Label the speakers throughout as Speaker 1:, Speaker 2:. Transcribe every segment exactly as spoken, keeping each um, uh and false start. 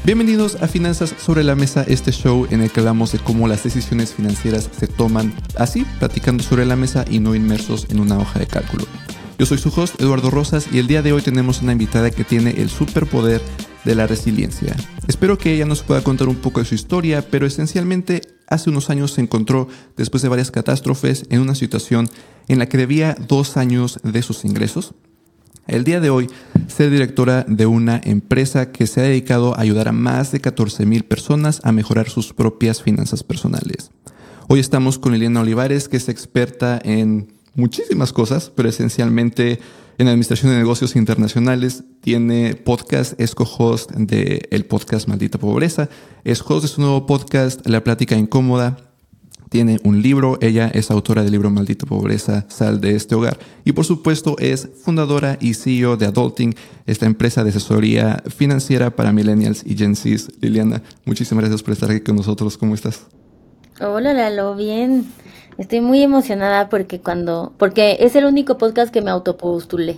Speaker 1: Bienvenidos a Finanzas sobre la Mesa, este show en el que hablamos de cómo las decisiones financieras se toman así, platicando sobre la mesa y no inmersos en una hoja de cálculo. Yo soy su host, Eduardo Rosas, y el día de hoy tenemos una invitada que tiene el superpoder de la resiliencia. Espero que ella nos pueda contar un poco de su historia, pero esencialmente hace unos años se encontró, después de varias catástrofes, en una situación en la que debía dos años de sus ingresos. El día de hoy, ser directora de una empresa que se ha dedicado a ayudar a más de catorce mil personas a mejorar sus propias finanzas personales. Hoy estamos con Liliana Olivares, que es experta en muchísimas cosas, pero esencialmente en administración de negocios internacionales. Tiene podcast, es co-host del podcast Maldita Pobreza, es host de su nuevo podcast La Plática Incómoda. Tiene un libro, ella es autora del libro Maldita Pobreza, Sal de este hogar. Y por supuesto es fundadora y C E O de Adulting, esta empresa de asesoría financiera para millennials y Gen Zs. Liliana, muchísimas gracias por estar aquí con nosotros. ¿Cómo estás?
Speaker 2: Hola Lalo, bien. Estoy muy emocionada porque cuando, porque es el único podcast que me autopostulé.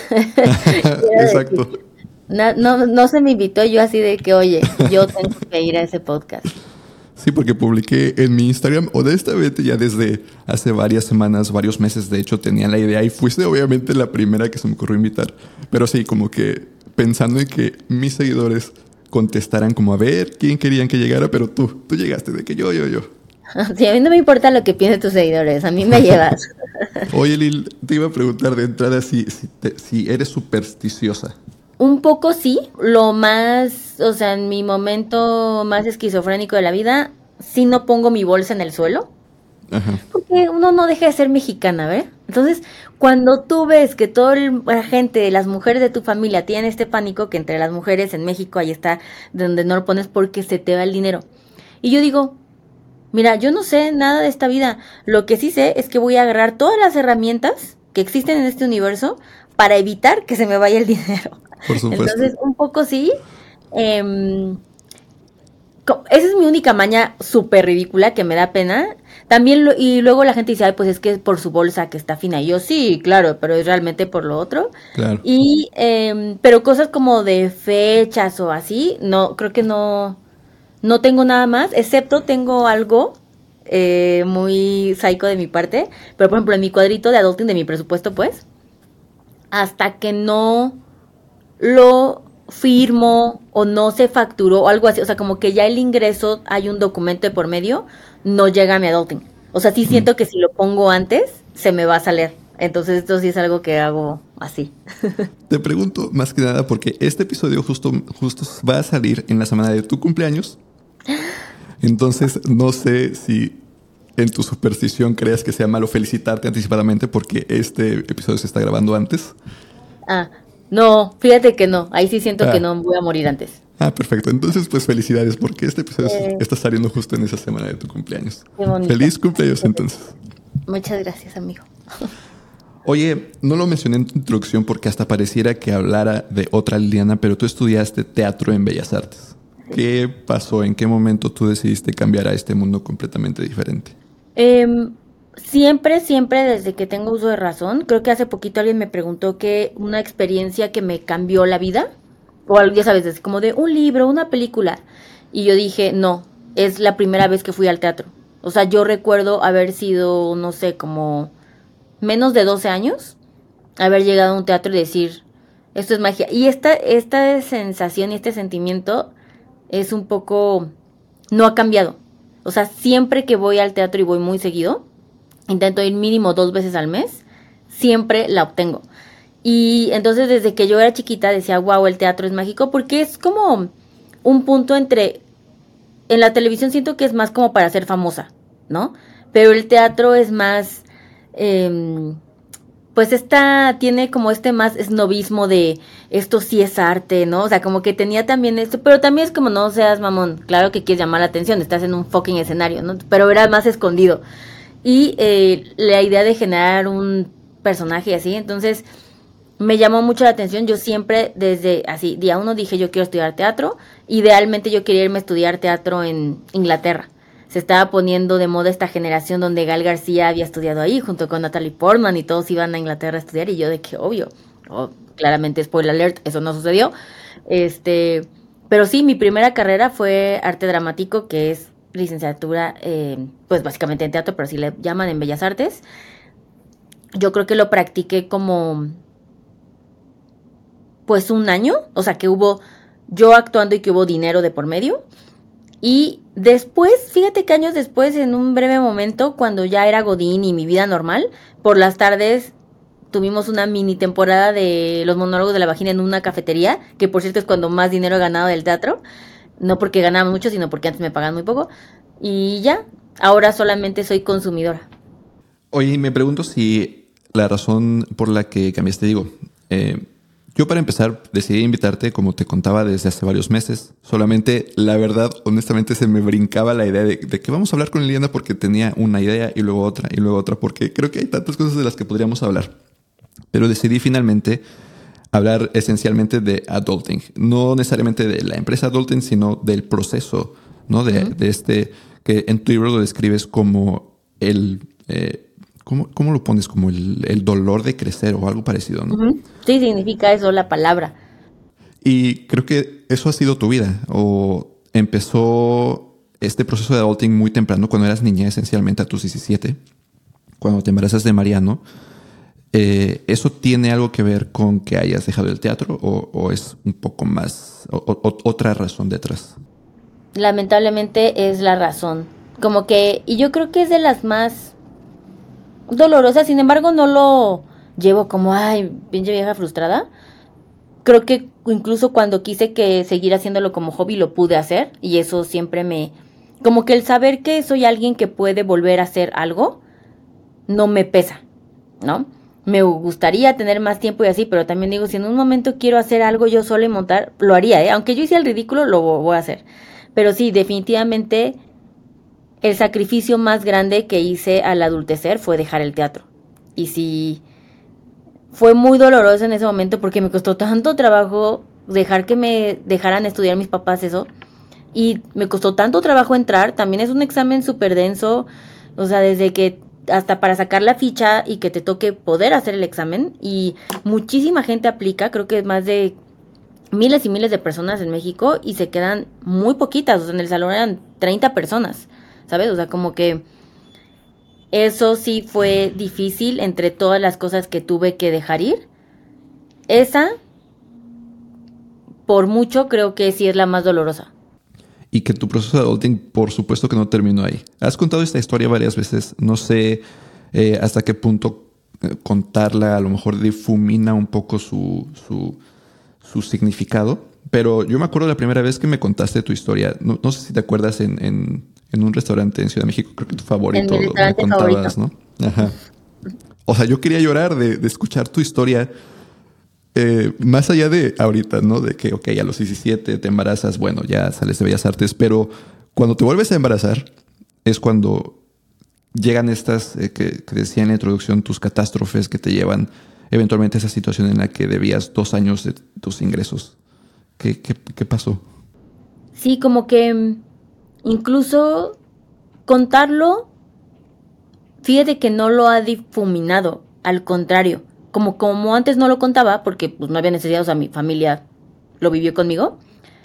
Speaker 1: Exacto.
Speaker 2: No, no, no se me invitó, yo así de que, oye, yo tengo que ir a ese podcast.
Speaker 1: Sí, porque publiqué en mi Instagram, honestamente ya desde hace varias semanas, varios meses, de hecho tenía la idea y fuiste obviamente la primera que se me ocurrió invitar. Pero sí, como que pensando en que mis seguidores contestaran como a ver quién querían que llegara, pero tú, tú llegaste, de que yo, yo, yo.
Speaker 2: Sí, a mí no me importa lo que piensen tus seguidores, a mí me llevas.
Speaker 1: Oye, Lil, te iba a preguntar de entrada si, si, te, si eres supersticiosa.
Speaker 2: Un poco sí, lo más, o sea, en mi momento más esquizofrénico de la vida, sí no pongo mi bolsa en el suelo.
Speaker 1: Ajá.
Speaker 2: Porque uno no deja de ser mexicana, ¿verdad? Entonces, cuando tú ves que toda la gente, las mujeres de tu familia tienen este pánico, que entre las mujeres en México ahí está donde no lo pones porque se te va el dinero. Y yo digo, mira, yo no sé nada de esta vida. Lo que sí sé es que voy a agarrar todas las herramientas que existen en este universo para evitar que se me vaya el dinero.
Speaker 1: Por supuesto.
Speaker 2: Entonces, un poco sí. Eh, esa es mi única maña súper ridícula que me da pena. También, lo, y luego la gente dice, ay, pues es que es por su bolsa que está fina. Y yo, sí, claro, pero es realmente por lo otro.
Speaker 1: Claro.
Speaker 2: Y, eh, pero cosas como de fechas o así, no, creo que no, no tengo nada más, excepto tengo algo eh, muy psycho de mi parte. Pero, por ejemplo, en mi cuadrito de adulting, de mi presupuesto, pues, hasta que no lo firmo o no se facturó o algo así, o sea, como que ya el ingreso hay un documento de por medio, no llega a mi adulting. O sea, sí siento mm. que si lo pongo antes, se me va a salir. Entonces esto sí es algo que hago así.
Speaker 1: Te pregunto más que nada porque este episodio justo, justo va a salir en la semana de tu cumpleaños. Entonces no sé si en tu superstición creas que sea malo felicitarte anticipadamente porque este episodio se está grabando antes.
Speaker 2: Ah, no, fíjate que no. Ahí sí siento
Speaker 1: ah.
Speaker 2: que no voy a morir antes.
Speaker 1: Ah, perfecto. Entonces, pues felicidades porque este episodio eh. está saliendo justo en esa semana de tu cumpleaños.
Speaker 2: Qué bonito.
Speaker 1: Feliz cumpleaños entonces.
Speaker 2: Muchas gracias, amigo.
Speaker 1: Oye, no lo mencioné en tu introducción porque hasta pareciera que hablara de otra Liliana, pero tú estudiaste teatro en Bellas Artes. ¿Qué pasó? ¿En qué momento tú decidiste cambiar a este mundo completamente diferente?
Speaker 2: Eh, siempre, siempre desde que tengo uso de razón. Creo que hace poquito alguien me preguntó que una experiencia que me cambió la vida, o algo, ya sabes, como de un libro, una película. Y yo dije, no, es la primera vez que fui al teatro. O sea, yo recuerdo haber sido, no sé, como menos de doce años, haber llegado a un teatro y decir, esto es magia. Y esta, esta sensación y este sentimiento es un poco, no ha cambiado. O sea, siempre que voy al teatro y voy muy seguido, intento ir mínimo dos veces al mes, siempre la obtengo. Y entonces desde que yo era chiquita decía, wow, el teatro es mágico, porque es como un punto entre, en la televisión siento que es más como para ser famosa, ¿no? Pero el teatro es más, eh, pues esta, tiene como este más snobismo de esto sí es arte, ¿no? O sea, como que tenía también esto, pero también es como no seas mamón, claro que quieres llamar la atención, estás en un fucking escenario, ¿no? Pero era más escondido. Y eh, la idea de generar un personaje así, entonces me llamó mucho la atención. Yo siempre desde así, día uno dije yo quiero estudiar teatro. Idealmente yo quería irme a estudiar teatro en Inglaterra. Se estaba poniendo de moda esta generación donde Gal García había estudiado ahí junto con Natalie Portman y todos iban a Inglaterra a estudiar y yo de que obvio, oh, claramente spoiler alert, eso no sucedió. Este, Pero sí, mi primera carrera fue arte dramático, que es licenciatura, eh, pues básicamente en teatro, pero así le llaman en Bellas Artes. Yo creo que lo practiqué como, pues un año, o sea que hubo yo actuando y que hubo dinero de por medio. Y después, fíjate que años después, en un breve momento, cuando ya era Godín y mi vida normal, por las tardes tuvimos una mini temporada de los monólogos de la vagina en una cafetería, que por cierto es cuando más dinero he ganado del teatro, no porque ganaba mucho, sino porque antes me pagaban muy poco, y ya, ahora solamente soy consumidora.
Speaker 1: Oye, me pregunto si la razón por la que cambiaste, digo, eh, yo para empezar decidí invitarte, como te contaba, desde hace varios meses. Solamente, la verdad, honestamente, se me brincaba la idea de, de que vamos a hablar con Liliana porque tenía una idea y luego otra y luego otra, porque creo que hay tantas cosas de las que podríamos hablar. Pero decidí finalmente hablar esencialmente de adulting. No necesariamente de la empresa adulting, sino del proceso, ¿no? De, uh-huh. de este, que en tu libro lo describes como el... Eh, ¿Cómo, ¿Cómo lo pones? Como el, el dolor de crecer o algo parecido, ¿no?
Speaker 2: Uh-huh. Sí, significa eso la palabra.
Speaker 1: Y creo que eso ha sido tu vida. O empezó este proceso de adulting muy temprano, cuando eras niña, esencialmente a tus diecisiete, cuando te embarazas de Mariano. Eh, ¿Eso tiene algo que ver con que hayas dejado el teatro o, o es un poco más, o, o, otra razón detrás?
Speaker 2: Lamentablemente es la razón. Como que, y yo creo que es de las más dolorosa, sin embargo no lo llevo como, ay, pinche vieja frustrada. Creo que incluso cuando quise que seguir haciéndolo como hobby lo pude hacer y eso siempre me, como que el saber que soy alguien que puede volver a hacer algo no me pesa, ¿no? Me gustaría tener más tiempo y así, pero también digo, si en un momento quiero hacer algo yo sola y montar, lo haría, ¿eh? Aunque yo hice el ridículo, lo voy a hacer. Pero sí, definitivamente el sacrificio más grande que hice al adultecer fue dejar el teatro. Y sí, fue muy doloroso en ese momento porque me costó tanto trabajo dejar que me dejaran estudiar mis papás eso. Y me costó tanto trabajo entrar. También es un examen súper denso. O sea, desde que hasta para sacar la ficha y que te toque poder hacer el examen. Y muchísima gente aplica. Creo que más de miles y miles de personas en México. Y se quedan muy poquitas. O sea, en el salón eran treinta personas. ¿Sabes? O sea, como que eso sí fue difícil entre todas las cosas que tuve que dejar ir. Esa, por mucho, creo que sí es la más dolorosa.
Speaker 1: Y que tu proceso de adulting, por supuesto que no terminó ahí. Has contado esta historia varias veces. No sé eh, hasta qué punto eh, contarla a lo mejor difumina un poco su, su, su significado. Pero yo me acuerdo la primera vez que me contaste tu historia. No, no sé si te acuerdas en... en en un restaurante en Ciudad de México, creo que tu favorito,
Speaker 2: en mi restaurante
Speaker 1: me contabas,
Speaker 2: favorito.
Speaker 1: ¿no? Ajá. O sea, yo quería llorar de, de escuchar tu historia, eh, más allá de ahorita, ¿no? De que, ok, a los diecisiete te embarazas, bueno, ya sales de Bellas Artes, pero cuando te vuelves a embarazar es cuando llegan estas, eh, que, que decía en la introducción, tus catástrofes que te llevan eventualmente a esa situación en la que debías dos años de tus ingresos. ¿Qué, qué, qué pasó?
Speaker 2: Sí, como que incluso contarlo, fíjate que no lo ha difuminado, al contrario, como, como antes no lo contaba, porque pues no había necesidad, o sea, mi familia lo vivió conmigo,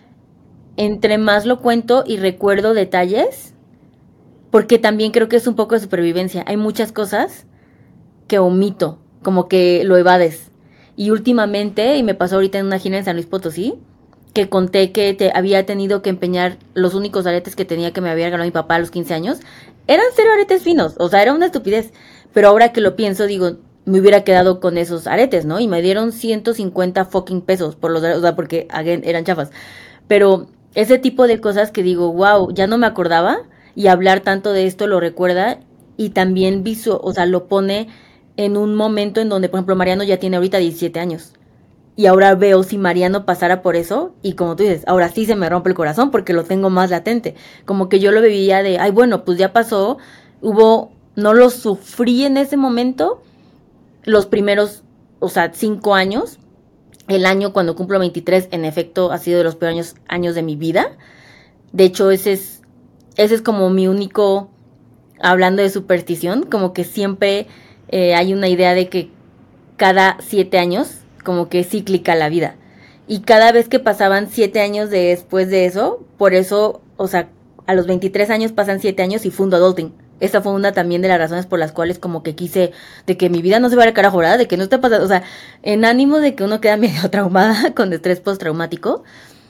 Speaker 2: entre más lo cuento y recuerdo detalles, porque también creo que es un poco de supervivencia, hay muchas cosas que omito, como que lo evades, y últimamente, y me pasó ahorita en una gira en San Luis Potosí, que conté que te había tenido que empeñar los únicos aretes que tenía que me había regalado mi papá a los quince años. Eran cero aretes finos, o sea, era una estupidez. Pero ahora que lo pienso, digo, me hubiera quedado con esos aretes, ¿no? Y me dieron ciento cincuenta fucking pesos por los aretes, o sea, porque again, eran chafas. Pero ese tipo de cosas que digo, wow, ya no me acordaba, y hablar tanto de esto lo recuerda, y también visu, o sea, lo pone en un momento en donde, por ejemplo, Mariano ya tiene ahorita diecisiete años. Y ahora veo si Mariano pasara por eso y como tú dices, ahora sí se me rompe el corazón porque lo tengo más latente. Como que yo lo vivía de, ay, bueno, pues ya pasó, hubo, no lo sufrí en ese momento, los primeros, o sea, cinco años. El año cuando cumplo veintitrés, en efecto, ha sido de los peores años, años de mi vida. De hecho, ese es, ese es como mi único, hablando de superstición, como que siempre eh, hay una idea de que cada siete años como que es cíclica la vida. Y cada vez que pasaban siete años después de eso, por eso, o sea, a los veintitrés años pasan siete años y fundo Adulting. Esa fue una también de las razones por las cuales como que quise de que mi vida no se vaya al carajo, ¿verdad? De que no esté pasando, o sea, en ánimo de que uno queda medio traumada con estrés postraumático.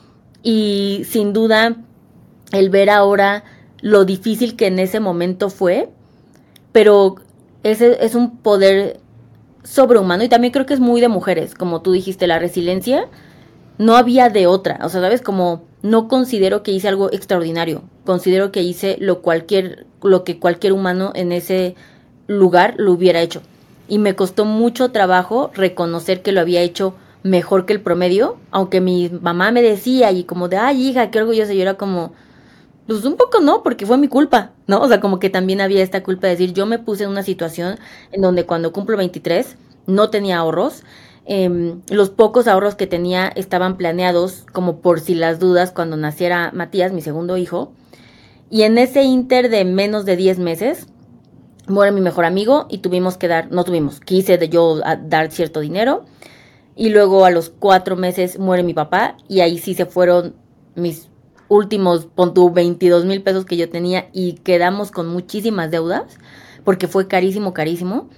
Speaker 2: Y sin duda, el ver ahora lo difícil que en ese momento fue, pero ese es un poder sobrehumano y también creo que es muy de mujeres, como tú dijiste, la resiliencia. No había de otra, o sea, ¿sabes? Como no considero que hice algo extraordinario, considero que hice lo cualquier, lo que cualquier humano en ese lugar lo hubiera hecho. Y me costó mucho trabajo reconocer que lo había hecho mejor que el promedio, aunque mi mamá me decía y como de, ay hija, qué orgullosa, yo era como, pues un poco no, porque fue mi culpa, ¿no? O sea, como que también había esta culpa de decir, yo me puse en una situación en donde cuando cumplo veintitrés no tenía ahorros. Eh, los pocos ahorros que tenía estaban planeados como por si las dudas cuando naciera Matías, mi segundo hijo. Y en ese inter de menos de diez meses, muere mi mejor amigo y tuvimos que dar, no tuvimos, quise de yo dar cierto dinero. Y luego a los cuatro meses muere mi papá y ahí sí se fueron mis últimos, pon tú, veintidós mil pesos que yo tenía y quedamos con muchísimas deudas porque fue carísimo, carísimo.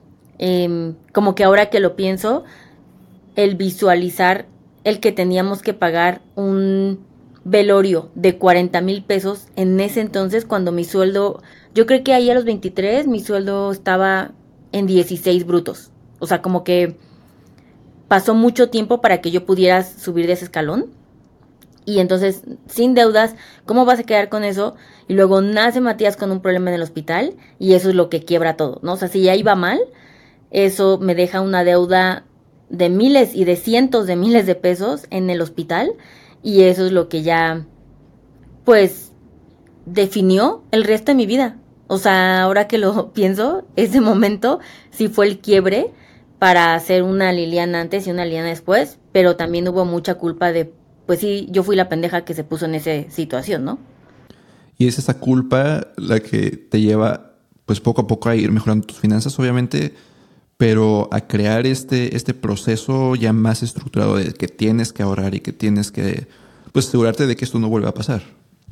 Speaker 2: Eh, como que ahora que lo pienso, el visualizar el que teníamos que pagar un velorio de cuarenta mil pesos en ese entonces cuando mi sueldo, yo creo que ahí a los veintitrés mi sueldo estaba en dieciséis brutos. O sea, como que pasó mucho tiempo para que yo pudiera subir de ese escalón. Y entonces, sin deudas, ¿cómo vas a quedar con eso? Y luego nace Matías con un problema en el hospital y eso es lo que quiebra todo, ¿no? O sea, si ya iba mal, eso me deja una deuda de miles y de cientos de miles de pesos en el hospital y eso es lo que ya, pues, definió el resto de mi vida. O sea, ahora que lo pienso, ese momento sí fue el quiebre para hacer una Liliana antes y una Liliana después, pero también hubo mucha culpa de, pues sí, yo fui la pendeja que se puso en esa situación, ¿no?
Speaker 1: Y es esa culpa la que te lleva, pues poco a poco a ir mejorando tus finanzas, obviamente, pero a crear este, este proceso ya más estructurado de que tienes que ahorrar y que tienes que, pues, asegurarte de que esto no vuelva a pasar.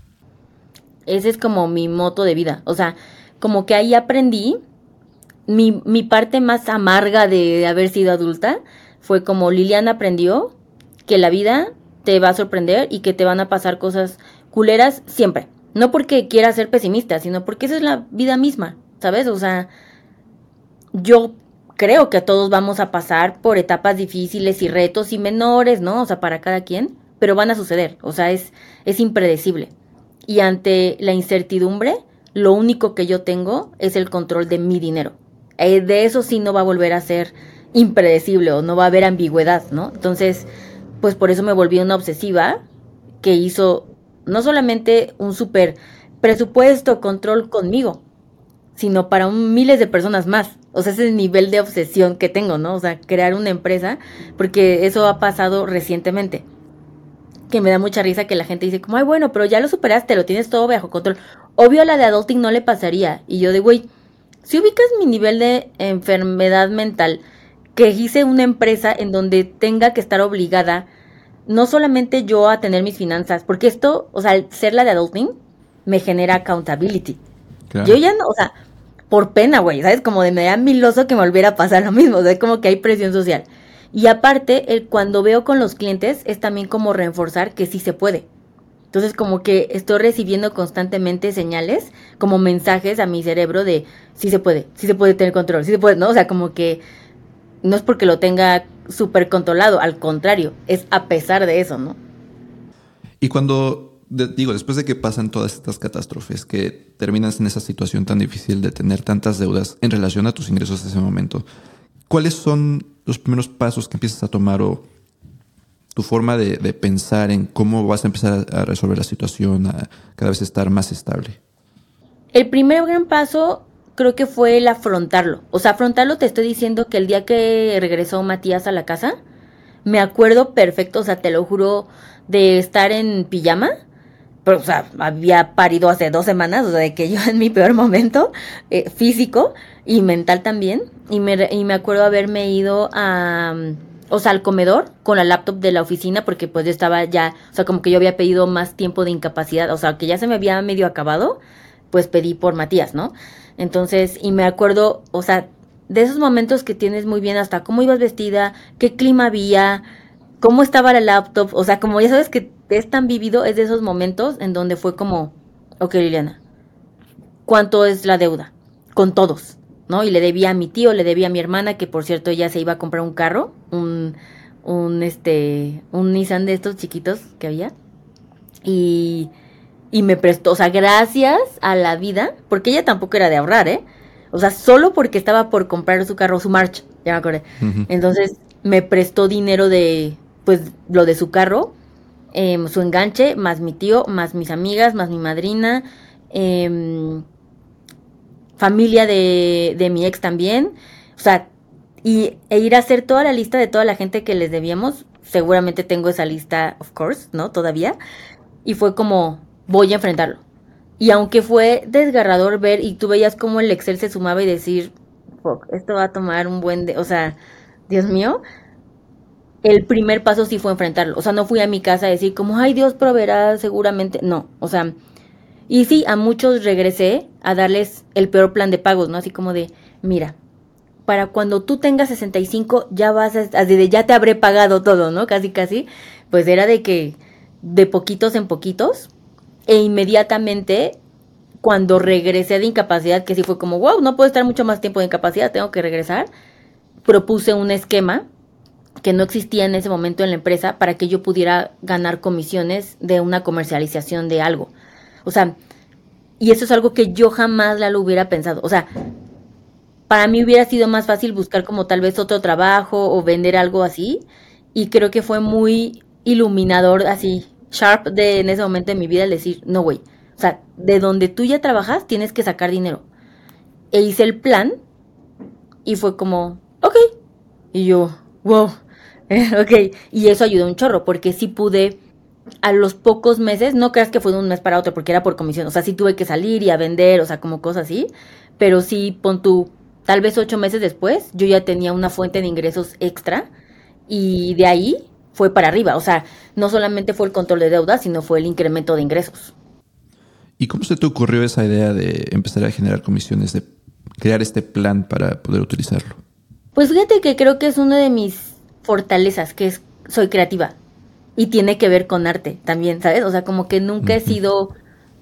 Speaker 2: Ese es como mi moto de vida. O sea, como que ahí aprendí mi, mi parte más amarga de haber sido adulta. Fue como Liliana aprendió que la vida te va a sorprender y que te van a pasar cosas culeras siempre. No porque quiera ser pesimista, sino porque esa es la vida misma, ¿sabes? O sea, yo creo que todos vamos a pasar por etapas difíciles y retos y menores, ¿no? O sea, para cada quien, pero van a suceder. O sea, es, es impredecible. Y ante la incertidumbre, lo único que yo tengo es el control de mi dinero. Eh, de eso sí no va a volver a ser impredecible o no va a haber ambigüedad, ¿no? Entonces, pues por eso me volví una obsesiva que hizo no solamente un súper presupuesto, control conmigo, sino para un, miles de personas más. O sea, ese es el nivel de obsesión que tengo, ¿no? O sea, crear una empresa, porque eso ha pasado recientemente. Que me da mucha risa que la gente dice como, ay, bueno, pero ya lo superaste, lo tienes todo bajo control. Obvio a la de adulting no le pasaría. Y yo de, güey, si ubicas mi nivel de enfermedad mental, que hice una empresa en donde tenga que estar obligada, no solamente yo a tener mis finanzas, porque esto, o sea, al ser la de adulting, me genera accountability. Claro. Yo ya no, o sea, por pena, güey, ¿sabes? Como de me da miloso que me volviera a pasar lo mismo, o sea, como que hay presión social. Y aparte, el, cuando veo con los clientes, es también como reforzar que sí se puede. Entonces, como que estoy recibiendo constantemente señales, como mensajes a mi cerebro de sí se puede, sí se puede tener control, sí se puede, ¿no? O sea, como que no es porque lo tenga súper controlado, al contrario, es a pesar de eso, ¿no?
Speaker 1: Y cuando, de, digo, después de que pasan todas estas catástrofes, que terminas en esa situación tan difícil de tener tantas deudas en relación a tus ingresos de ese momento, ¿cuáles son los primeros pasos que empiezas a tomar o tu forma de, de pensar en cómo vas a empezar a, a resolver la situación, a cada vez estar más estable?
Speaker 2: El primer gran paso creo que fue el afrontarlo. O sea, afrontarlo te estoy diciendo que el día que regresó Matías a la casa, me acuerdo perfecto, o sea, te lo juro, de estar en pijama. Pero, o sea, había parido hace dos semanas, o sea, de que yo en mi peor momento, eh, físico y mental también. Y me, y me acuerdo haberme ido a, o sea, al comedor con la laptop de la oficina porque pues yo estaba ya, o sea, como que yo había pedido más tiempo de incapacidad, o sea, que ya se me había medio acabado, pues pedí por Matías, ¿no? Entonces, y me acuerdo, o sea, de esos momentos que tienes muy bien hasta cómo ibas vestida, qué clima había, cómo estaba la laptop, o sea, como ya sabes que es tan vivido, es de esos momentos en donde fue como, ok, Liliana, ¿cuánto es la deuda? Con todos, ¿no? Y le debía a mi tío, le debía a mi hermana, que por cierto ella se iba a comprar un carro, un, un, este, un Nissan de estos chiquitos que había, y, y me prestó, o sea, gracias a la vida, porque ella tampoco era de ahorrar, ¿eh? O sea, solo porque estaba por comprar su carro, su March, ya me acordé. Uh-huh. Entonces, me prestó dinero de, pues, lo de su carro, eh, su enganche, más mi tío, más mis amigas, más mi madrina, eh, familia de, de mi ex también, o sea, y, e ir a hacer toda la lista de toda la gente que les debíamos, seguramente tengo esa lista, of course, ¿no? Todavía, y fue como, voy a enfrentarlo. Y aunque fue desgarrador ver, y tú veías cómo el Excel se sumaba y decir, fuck, esto va a tomar un buen, de, o sea, Dios mío, el primer paso sí fue enfrentarlo, o sea, no fui a mi casa a decir como, ay, Dios proveerá seguramente, no, o sea, y sí, a muchos regresé a darles el peor plan de pagos, ¿no? Así como de, mira, para cuando tú tengas sesenta y cinco ya vas a, así de, ya te habré pagado todo, ¿no? Casi, casi, pues era de que de poquitos en poquitos, e inmediatamente cuando regresé de incapacidad, que sí fue como, wow, no puedo estar mucho más tiempo de incapacidad, tengo que regresar, propuse un esquema que no existía en ese momento en la empresa para que yo pudiera ganar comisiones de una comercialización de algo. O sea, y eso es algo que yo jamás la lo hubiera pensado. O sea, para mí hubiera sido más fácil buscar como tal vez otro trabajo o vender algo así. Y creo que fue muy iluminador, así, sharp de en ese momento de mi vida el decir, no, güey. O sea, de donde tú ya trabajas tienes que sacar dinero. E hice el plan y fue como, ok. Y yo, wow, ok. Y eso ayudó un chorro porque sí pude... A los pocos meses, no creas que fue de un mes para otro porque era por comisión, o sea, sí tuve que salir y a vender, o sea, como cosas así, pero sí, pon tú, tal vez ocho meses después, yo ya tenía una fuente de ingresos extra y de ahí fue para arriba, o sea, no solamente fue el control de deuda, sino fue el incremento de ingresos.
Speaker 1: ¿Y cómo se te ocurrió esa idea de empezar a generar comisiones, de crear este plan para poder utilizarlo?
Speaker 2: Pues fíjate que creo que es una de mis fortalezas, que es, soy creativa. Y tiene que ver con arte también, ¿sabes? O sea, como que nunca he sido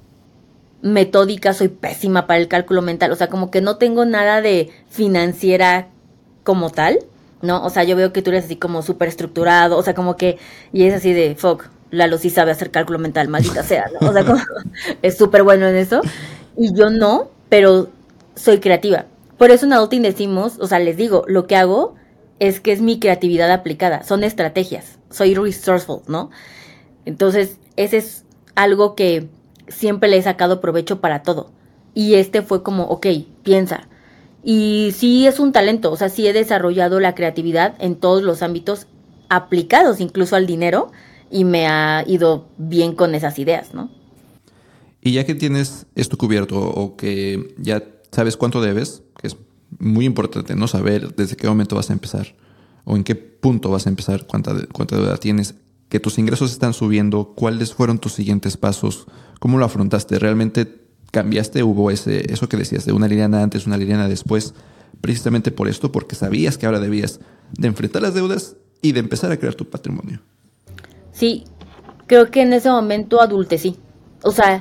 Speaker 2: metódica, soy pésima para el cálculo mental. O sea, como que no tengo nada de financiera como tal, ¿no? O sea, yo veo que tú eres así como súper estructurado, o sea, como que, y es así de, fuck, Lalo sí sabe hacer cálculo mental, maldita sea, ¿no? O sea, como, es súper bueno en eso. Y yo no, pero soy creativa. Por eso en Adulting decimos, o sea, les digo, lo que hago es que es mi creatividad aplicada, son estrategias. Soy resourceful, ¿no? Entonces, ese es algo que siempre le he sacado provecho para todo. Y este fue como, ok, piensa. Y sí es un talento, o sea, sí he desarrollado la creatividad en todos los ámbitos aplicados, incluso al dinero, y me ha ido bien con esas ideas, ¿no?
Speaker 1: Y ya que tienes esto cubierto o que ya sabes cuánto debes, que es muy importante, ¿no? Saber desde qué momento vas a empezar o en qué punto vas a empezar, cuánta, cuánta deuda tienes, que tus ingresos están subiendo, cuáles fueron tus siguientes pasos, cómo lo afrontaste, realmente cambiaste, hubo ese, eso que decías, de una Liliana antes, una Liliana después, precisamente por esto, porque sabías que ahora debías de enfrentar las deudas y de empezar a crear tu patrimonio.
Speaker 2: Sí, creo que en ese momento adultecí, o sea,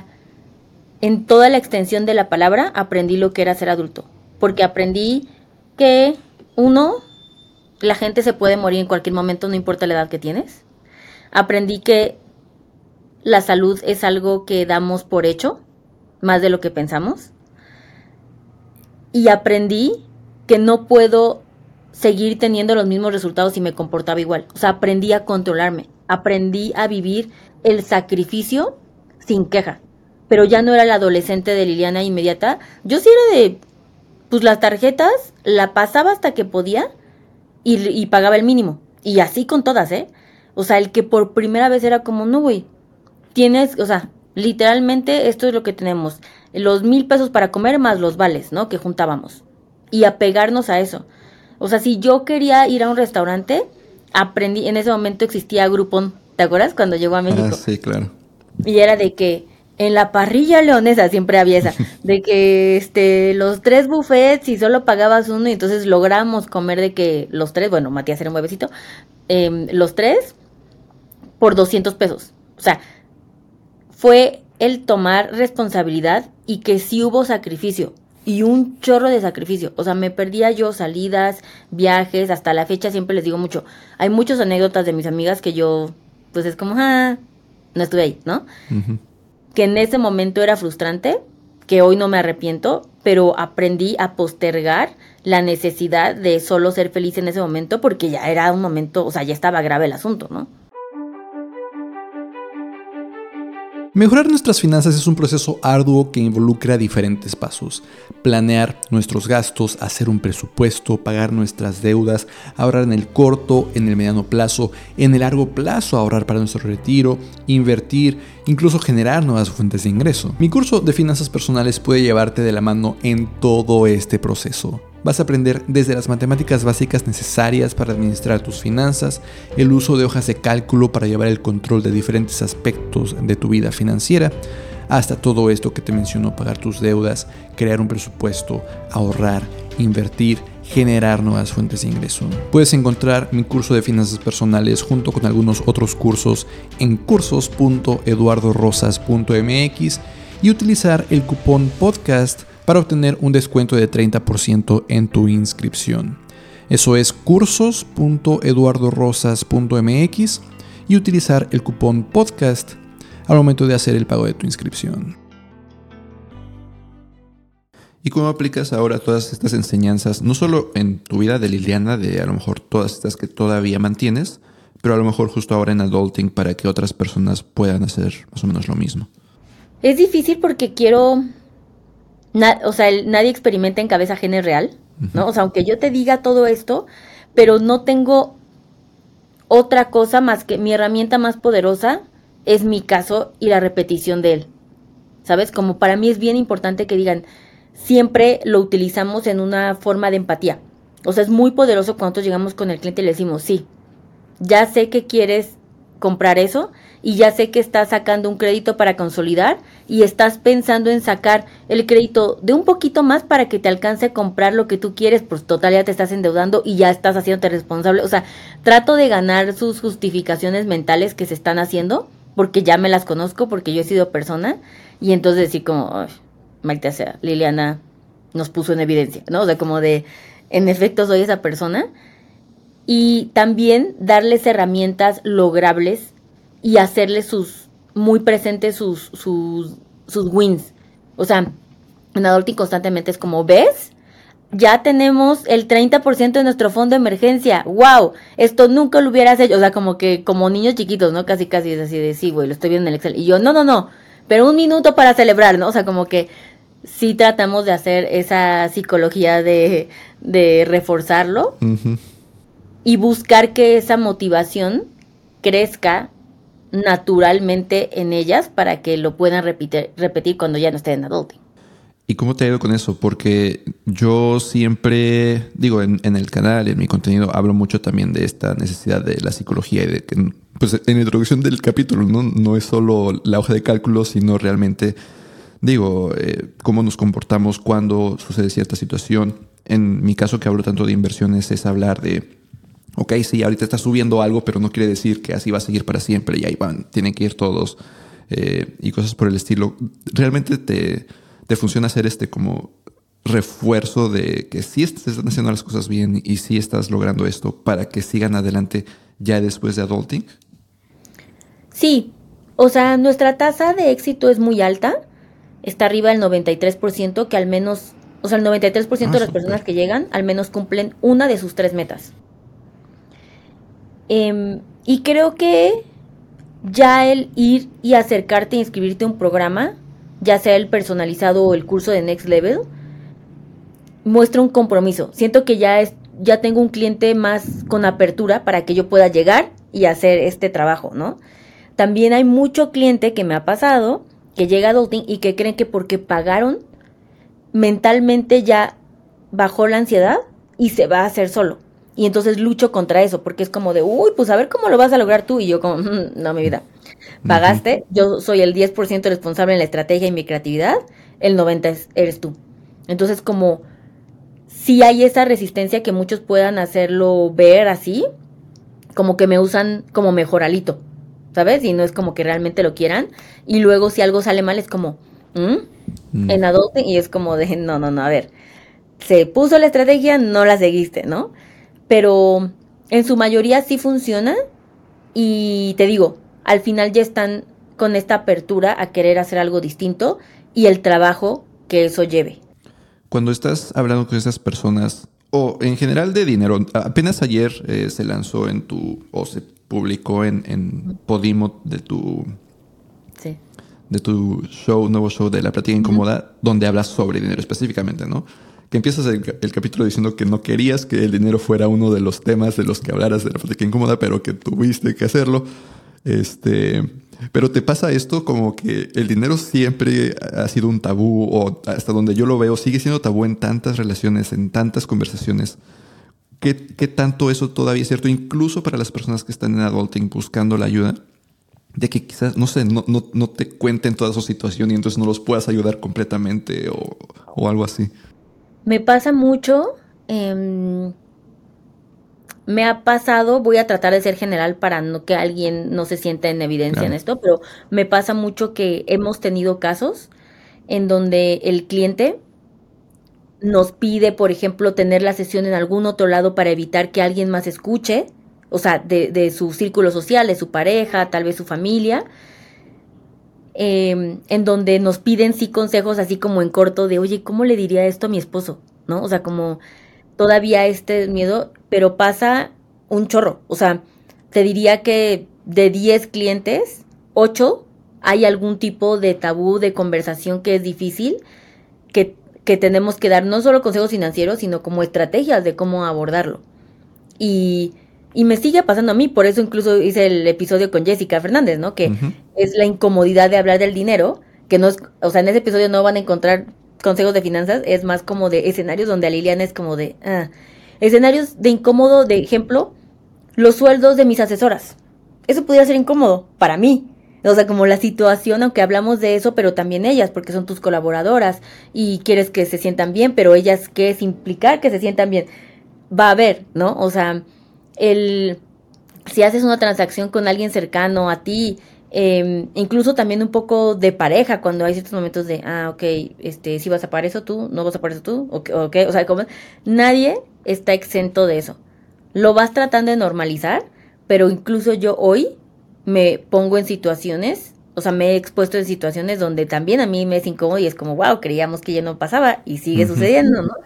Speaker 2: en toda la extensión de la palabra aprendí lo que era ser adulto, porque aprendí que uno... La gente se puede morir en cualquier momento, no importa la edad que tienes. Aprendí que la salud es algo que damos por hecho, más de lo que pensamos. Y aprendí que no puedo seguir teniendo los mismos resultados si me comportaba igual. O sea, aprendí a controlarme. Aprendí a vivir el sacrificio sin queja. Pero ya no era la adolescente de Liliana inmediata. Yo sí era de, pues las tarjetas, la pasaba hasta que podía. Y, y pagaba el mínimo. Y así con todas, ¿eh? O sea, el que por primera vez era como, no, güey, tienes, o sea, literalmente esto es lo que tenemos. Los mil pesos para comer más los vales, ¿no? Que juntábamos. Y apegarnos a eso. O sea, si yo quería ir a un restaurante, aprendí, en ese momento existía Groupon, ¿te acuerdas? Cuando llegó a México.
Speaker 1: Ah, sí, claro.
Speaker 2: Y era de que en la parrilla leonesa siempre había esa, de que este los tres buffets y solo pagabas uno y entonces logramos comer de que los tres, bueno, Matías era un bebecito, eh, los tres por doscientos pesos. O sea, fue el tomar responsabilidad y que sí hubo sacrificio. Y un chorro de sacrificio. O sea, me perdía yo salidas, viajes, hasta la fecha siempre les digo mucho. Hay muchas anécdotas de mis amigas que yo, pues es como, ah, no estuve ahí, ¿no?
Speaker 1: Uh-huh.
Speaker 2: Que en ese momento era frustrante, que hoy no me arrepiento, pero aprendí a postergar la necesidad de solo ser feliz en ese momento porque ya era un momento, o sea, ya estaba grave el asunto, ¿no?
Speaker 1: Mejorar nuestras finanzas es un proceso arduo que involucra diferentes pasos. Planear nuestros gastos, hacer un presupuesto, pagar nuestras deudas, ahorrar en el corto, en el mediano plazo, en el largo plazo ahorrar para nuestro retiro, invertir, incluso generar nuevas fuentes de ingreso. Mi curso de finanzas personales puede llevarte de la mano en todo este proceso. Vas a aprender desde las matemáticas básicas necesarias para administrar tus finanzas, el uso de hojas de cálculo para llevar el control de diferentes aspectos de tu vida financiera, hasta todo esto que te menciono: pagar tus deudas, crear un presupuesto, ahorrar, invertir, generar nuevas fuentes de ingreso. Puedes encontrar mi curso de finanzas personales junto con algunos otros cursos en cursos punto eduardo rosas punto m x y utilizar el cupón podcast para obtener un descuento de treinta por ciento en tu inscripción. Eso es cursos punto eduardo rosas punto m x y utilizar el cupón podcast al momento de hacer el pago de tu inscripción. ¿Y cómo aplicas ahora todas estas enseñanzas, no solo en tu vida de Liliana, de a lo mejor todas estas que todavía mantienes, pero a lo mejor justo ahora en adulting, para que otras personas puedan hacer más o menos lo mismo?
Speaker 2: Es difícil porque quiero... Na- o sea, el, nadie experimenta en cabeza ajena es real, ¿no? O sea, aunque yo te diga todo esto, pero no tengo otra cosa más que mi herramienta más poderosa es mi caso y la repetición de él, ¿sabes? Como para mí es bien importante que digan, siempre lo utilizamos en una forma de empatía. O sea, es muy poderoso cuando nosotros llegamos con el cliente y le decimos, sí, ya sé que quieres comprar eso y ya sé que estás sacando un crédito para consolidar y estás pensando en sacar el crédito de un poquito más para que te alcance a comprar lo que tú quieres, pues total ya te estás endeudando y ya estás haciéndote responsable. O sea, trato de ganar sus justificaciones mentales que se están haciendo porque ya me las conozco, porque yo he sido persona y entonces decir como, ay, maldita sea, Liliana nos puso en evidencia, ¿no? O sea, como de, en efecto soy esa persona. Y también darles herramientas logrables y hacerles sus muy presentes sus, sus, sus wins. O sea, en Adulting constantemente es como, ¿ves? Ya tenemos el treinta por ciento de nuestro fondo de emergencia. ¡Wow! Esto nunca lo hubieras hecho. O sea, como que como niños chiquitos, ¿no? Casi, casi es así de, sí, güey, lo estoy viendo en el Excel. Y yo, no, no, no. Pero un minuto para celebrar, ¿no? O sea, como que sí tratamos de hacer esa psicología de, de reforzarlo. Uh-huh. Y buscar que esa motivación crezca naturalmente en ellas para que lo puedan repetir, repetir cuando ya no estén en adulting.
Speaker 1: ¿Y cómo te ha ido con eso? Porque yo siempre, digo, en, en el canal, en mi contenido, hablo mucho también de esta necesidad de la psicología y de que, pues en la introducción del capítulo, no, no es solo la hoja de cálculo, sino realmente, digo, eh, cómo nos comportamos cuando sucede cierta situación. En mi caso, que hablo tanto de inversiones, es hablar de, ok, sí, ahorita está subiendo algo, pero no quiere decir que así va a seguir para siempre y ahí van, tienen que ir todos eh, y cosas por el estilo. Realmente te... ¿Te funciona hacer este como refuerzo de que sí estás haciendo las cosas bien y sí estás logrando esto para que sigan adelante ya después de adulting?
Speaker 2: Sí, o sea, nuestra tasa de éxito es muy alta, está arriba del noventa y tres por ciento, que al menos, o sea, el noventa y tres por ciento ah, de las super. personas que llegan al menos cumplen una de sus tres metas. Eh, y creo que ya el ir y acercarte e inscribirte a un programa, ya sea el personalizado o el curso de Next Level, muestra un compromiso. Siento que ya es, ya tengo un cliente más con apertura para que yo pueda llegar y hacer este trabajo, ¿no? También hay mucho cliente que me ha pasado, que llega a adulting y que creen que porque pagaron, mentalmente ya bajó la ansiedad y se va a hacer solo. Y entonces lucho contra eso, porque es como de, uy, pues a ver cómo lo vas a lograr tú. Y yo como, "Mm, no, mi vida,
Speaker 1: Ujú.
Speaker 2: pagaste, yo soy el diez por ciento responsable en la estrategia y mi creatividad, el noventa por ciento es- eres tú. Entonces como, si hay esa resistencia que muchos puedan hacerlo ver así, como que me usan como mejoralito, ¿sabes? Y no es como que realmente lo quieran. Y luego si algo sale mal es como, ¿mm?
Speaker 1: Mm.
Speaker 2: En adulting y es como de, no, no, no, a ver, se puso la estrategia, no la seguiste, ¿no? Pero en su mayoría sí funciona y te digo, al final ya están con esta apertura a querer hacer algo distinto y el trabajo que eso lleve.
Speaker 1: Cuando estás hablando con esas personas, o en general de dinero, apenas ayer eh, se lanzó en tu, o se publicó en, en Podimo de tu,
Speaker 2: Sí.
Speaker 1: de tu show, nuevo show de La Plática
Speaker 2: Ujú.
Speaker 1: Incómoda, donde hablas sobre dinero específicamente, ¿no? Que empiezas el, el capítulo diciendo que no querías que el dinero fuera uno de los temas de los que hablaras de La Plática Incómoda, pero que tuviste que hacerlo. Este, pero te pasa esto como que el dinero siempre ha sido un tabú, o hasta donde yo lo veo, sigue siendo tabú en tantas relaciones, en tantas conversaciones. ¿Qué, qué tanto eso todavía es cierto, incluso para las personas que están en adulting buscando la ayuda? De que quizás, no sé, no, no, no te cuenten toda su situación y entonces no los puedas ayudar completamente o, o algo así.
Speaker 2: Me pasa mucho, em, me ha pasado, voy a tratar de ser general para no que alguien no se sienta en evidencia en
Speaker 1: Claro.
Speaker 2: esto, pero me pasa mucho que hemos tenido casos en donde el cliente nos pide, por ejemplo, tener la sesión en algún otro lado para evitar que alguien más escuche, o sea, de, de su círculo social, de su pareja, tal vez su familia, eh, en donde nos piden sí consejos así como en corto de, oye, ¿cómo le diría esto a mi esposo? ¿No? O sea, como todavía este miedo, pero pasa un chorro. O sea, te diría que de diez clientes, ocho hay algún tipo de tabú de conversación que es difícil, que, que tenemos que dar no solo consejos financieros, sino como estrategias de cómo abordarlo. Y, y me sigue pasando a mí, por eso incluso hice el episodio con Jessica Fernández, ¿no? Que
Speaker 1: Ujú.
Speaker 2: es la incomodidad de hablar del dinero, que no es, o sea, en ese episodio no van a encontrar consejos de finanzas, es más como de escenarios donde a Liliana es como de, ah, escenarios de incómodo, de ejemplo, los sueldos de mis asesoras. Eso pudiera ser incómodo para mí. O sea, como la situación, aunque hablamos de eso, pero también ellas, porque son tus colaboradoras y quieres que se sientan bien, pero ellas, ¿qué es implicar que se sientan bien? Va a haber, ¿no? O sea, el, si haces una transacción con alguien cercano a ti, eh, incluso también un poco de pareja, cuando hay ciertos momentos de, ah, ok, este, si vas a pagar eso tú, no vas a pagar eso tú, ok, okay. O sea, como nadie está exento de eso. Lo vas tratando de normalizar, pero incluso yo hoy me pongo en situaciones, o sea, me he expuesto en situaciones donde también a mí me es incómodo y es como, wow, creíamos que ya no pasaba y sigue
Speaker 1: Ujú.
Speaker 2: sucediendo, ¿no?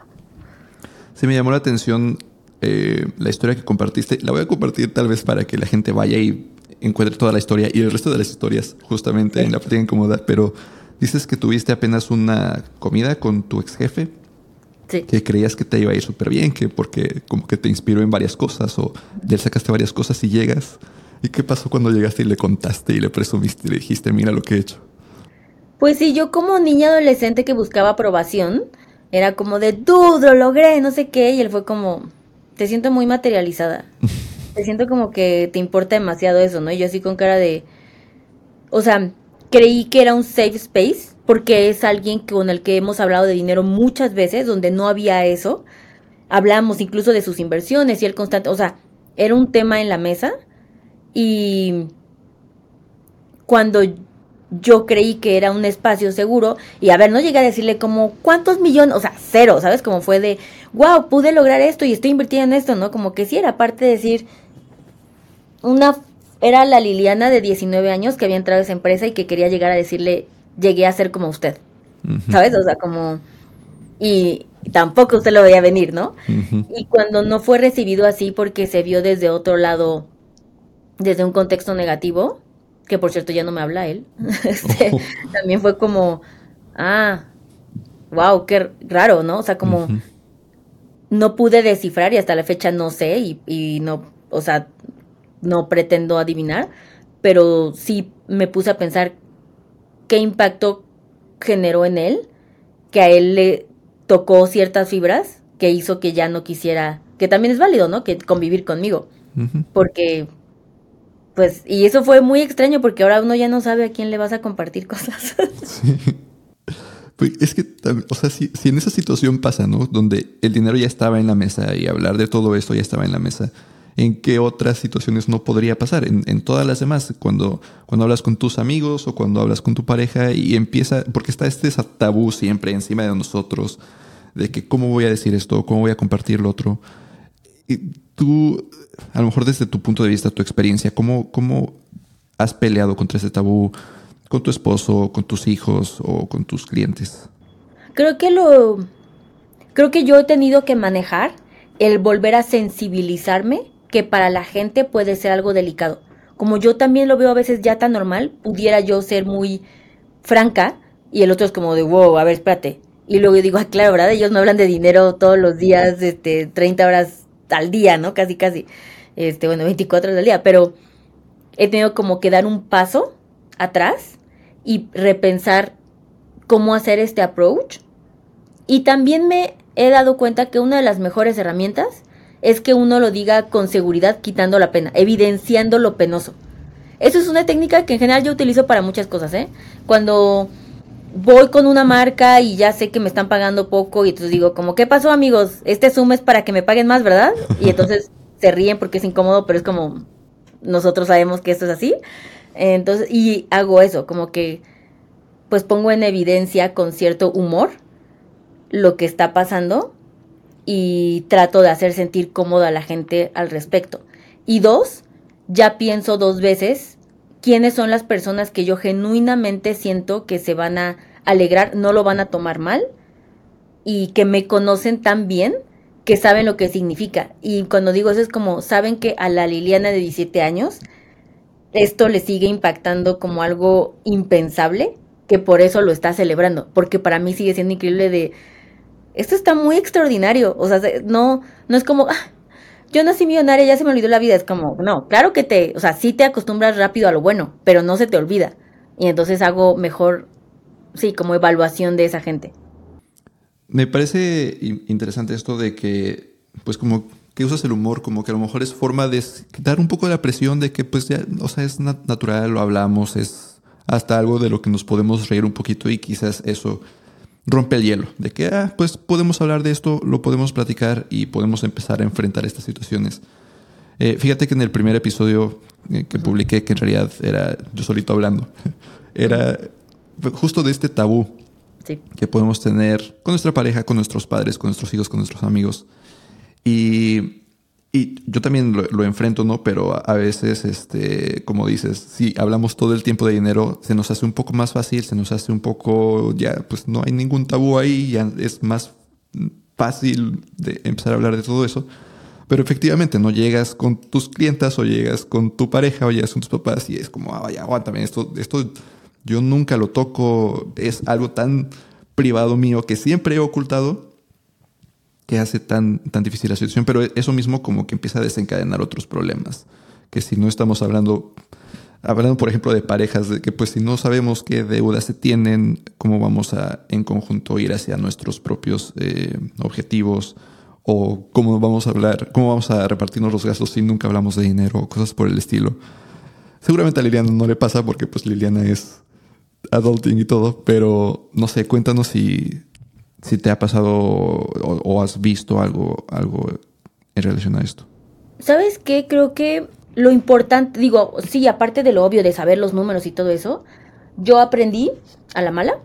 Speaker 1: Sí, me llamó la atención eh, la historia que compartiste. La voy a compartir tal vez para que la gente vaya y encuentre toda la historia y el resto de las historias justamente en
Speaker 2: Sí,
Speaker 1: la plática incómoda. Pero dices que tuviste apenas una comida con tu ex jefe,
Speaker 2: sí.
Speaker 1: que creías que te iba a ir súper bien, que porque como que te inspiró en varias cosas o de él sacaste varias cosas y llegas. ¿Y qué pasó cuando llegaste y le contaste y le presumiste y le dijiste, mira lo que he hecho?
Speaker 2: Pues sí, yo como niña adolescente que buscaba aprobación, era como de, dude, lo logré, no sé qué, y él fue como, te siento muy materializada, te siento como que te importa demasiado eso, ¿no? Y yo así con cara de, o sea, creí que era un safe space, porque es alguien con el que hemos hablado de dinero muchas veces, donde no había eso, hablamos incluso de sus inversiones y el constante, o sea, era un tema en la mesa, y cuando yo creí que era un espacio seguro y a ver, no llegué a decirle como cuántos millones, o sea, cero, ¿sabes? Como fue de, wow, pude lograr esto y estoy invirtiendo en esto, ¿no? Como que sí era parte de decir, una, era la Liliana de diecinueve años que había entrado a esa empresa y que quería llegar a decirle, llegué a ser como usted,
Speaker 1: Ujú,
Speaker 2: ¿sabes? O sea, como, y tampoco usted lo veía venir, ¿no?
Speaker 1: ujú.
Speaker 2: Y cuando no fue recibido así porque se vio desde otro lado, desde un contexto negativo, que por cierto ya no me habla él, este,
Speaker 1: Oh,
Speaker 2: también fue como, ah, wow, qué raro, ¿no? O sea, como
Speaker 1: ujú.
Speaker 2: no pude descifrar y hasta la fecha no sé y, y no, o sea, no pretendo adivinar, pero sí me puse a pensar qué impacto generó en él, que a él le tocó ciertas fibras que hizo que ya no quisiera que también es válido, ¿no? Que convivir conmigo,
Speaker 1: Ujú.
Speaker 2: porque, pues, y eso fue muy extraño porque ahora uno ya no sabe a quién le vas a compartir cosas.
Speaker 1: Sí. Pues es que, tam- o sea, si, si en esa situación pasa, ¿no? Donde el dinero ya estaba en la mesa y hablar de todo esto ya estaba en la mesa, ¿en qué otras situaciones no podría pasar? En, en todas las demás, cuando, cuando hablas con tus amigos o cuando hablas con tu pareja y empieza, porque está este tabú siempre encima de nosotros, de que cómo voy a decir esto, cómo voy a compartir lo otro. Y tú, a lo mejor desde tu punto de vista, tu experiencia, ¿cómo, cómo has peleado contra ese tabú con tu esposo, con tus hijos o con tus clientes?
Speaker 2: Creo que lo, creo que yo he tenido que manejar el volver a sensibilizarme que para la gente puede ser algo delicado. Como yo también lo veo a veces ya tan normal, pudiera yo ser muy franca y el otro es como de, wow, a ver, espérate. Y luego yo digo, ah, claro, ¿verdad? Ellos no hablan de dinero todos los días, este, treinta horas al día, ¿no? Casi, casi. Este, bueno, veinticuatro horas al día, pero he tenido como que dar un paso atrás y repensar cómo hacer este approach. Y también me he dado cuenta que una de las mejores herramientas es que uno lo diga con seguridad, quitando la pena, evidenciando lo penoso. Eso es una técnica que en general yo utilizo para muchas cosas, ¿eh? Cuando voy con una marca y ya sé que me están pagando poco y entonces digo, como, ¿qué pasó, amigos? Este Zoom es para que me paguen más, ¿verdad? Y entonces se ríen porque es incómodo, pero es como, nosotros sabemos que esto es así. Entonces, y hago eso, como que pues pongo en evidencia con cierto humor lo que está pasando y trato de hacer sentir cómoda a la gente al respecto. Y dos, ya pienso dos veces quiénes son las personas que yo genuinamente siento que se van a alegrar, no lo van a tomar mal y que me conocen tan bien que saben lo que significa. Y cuando digo eso es como, saben que a la Liliana de diecisiete años esto le sigue impactando como algo impensable, que por eso lo está celebrando, porque para mí sigue siendo increíble de, esto está muy extraordinario, o sea, no, no es como, ah, yo nací millonaria, ya se me olvidó la vida, es como, no, claro que te, o sea, sí te acostumbras rápido a lo bueno, pero no se te olvida, y entonces hago mejor, sí, como evaluación de esa gente.
Speaker 1: Me parece in- interesante esto de que, pues como que usas el humor, como que a lo mejor es forma de s- quitar un poco la presión de que pues ya, o sea, es nat- natural, lo hablamos, es hasta algo de lo que nos podemos reír un poquito y quizás eso rompe el hielo, de que, ah, pues podemos hablar de esto, lo podemos platicar y podemos empezar a enfrentar estas situaciones. Eh, fíjate que en el primer episodio eh, que
Speaker 2: Ujú,
Speaker 1: publiqué, que en realidad era yo solito hablando,
Speaker 2: ujú,
Speaker 1: era justo de este tabú
Speaker 2: sí.
Speaker 1: que podemos tener con nuestra pareja, con nuestros padres, con nuestros hijos, con nuestros amigos. Y, y yo también lo, lo enfrento, ¿no? Pero a, a veces, este, como dices, si hablamos todo el tiempo de dinero, se nos hace un poco más fácil, se nos hace un poco, ya, pues no hay ningún tabú ahí, ya es más fácil de empezar a hablar de todo eso. Pero efectivamente, no llegas con tus clientas o llegas con tu pareja o llegas con tus papás y es como, ah, vaya, aguántame, esto, esto yo nunca lo toco, es algo tan privado mío que siempre he ocultado que hace tan, tan difícil la situación, pero eso mismo como que empieza a desencadenar otros problemas, que si no estamos hablando, hablando por ejemplo de parejas, de que pues si no sabemos qué deudas se tienen, cómo vamos a en conjunto ir hacia nuestros propios eh, objetivos, o cómo vamos a hablar, cómo vamos a repartirnos los gastos si nunca hablamos de dinero, o cosas por el estilo. Seguramente a Liliana no le pasa porque pues Liliana es adulting y todo, pero no sé, cuéntanos si, si te ha pasado o, o has visto algo, algo en relación a esto.
Speaker 2: ¿Sabes qué? Creo que lo importante, digo, sí, aparte de lo obvio de saber los números y todo eso, yo aprendí a la mala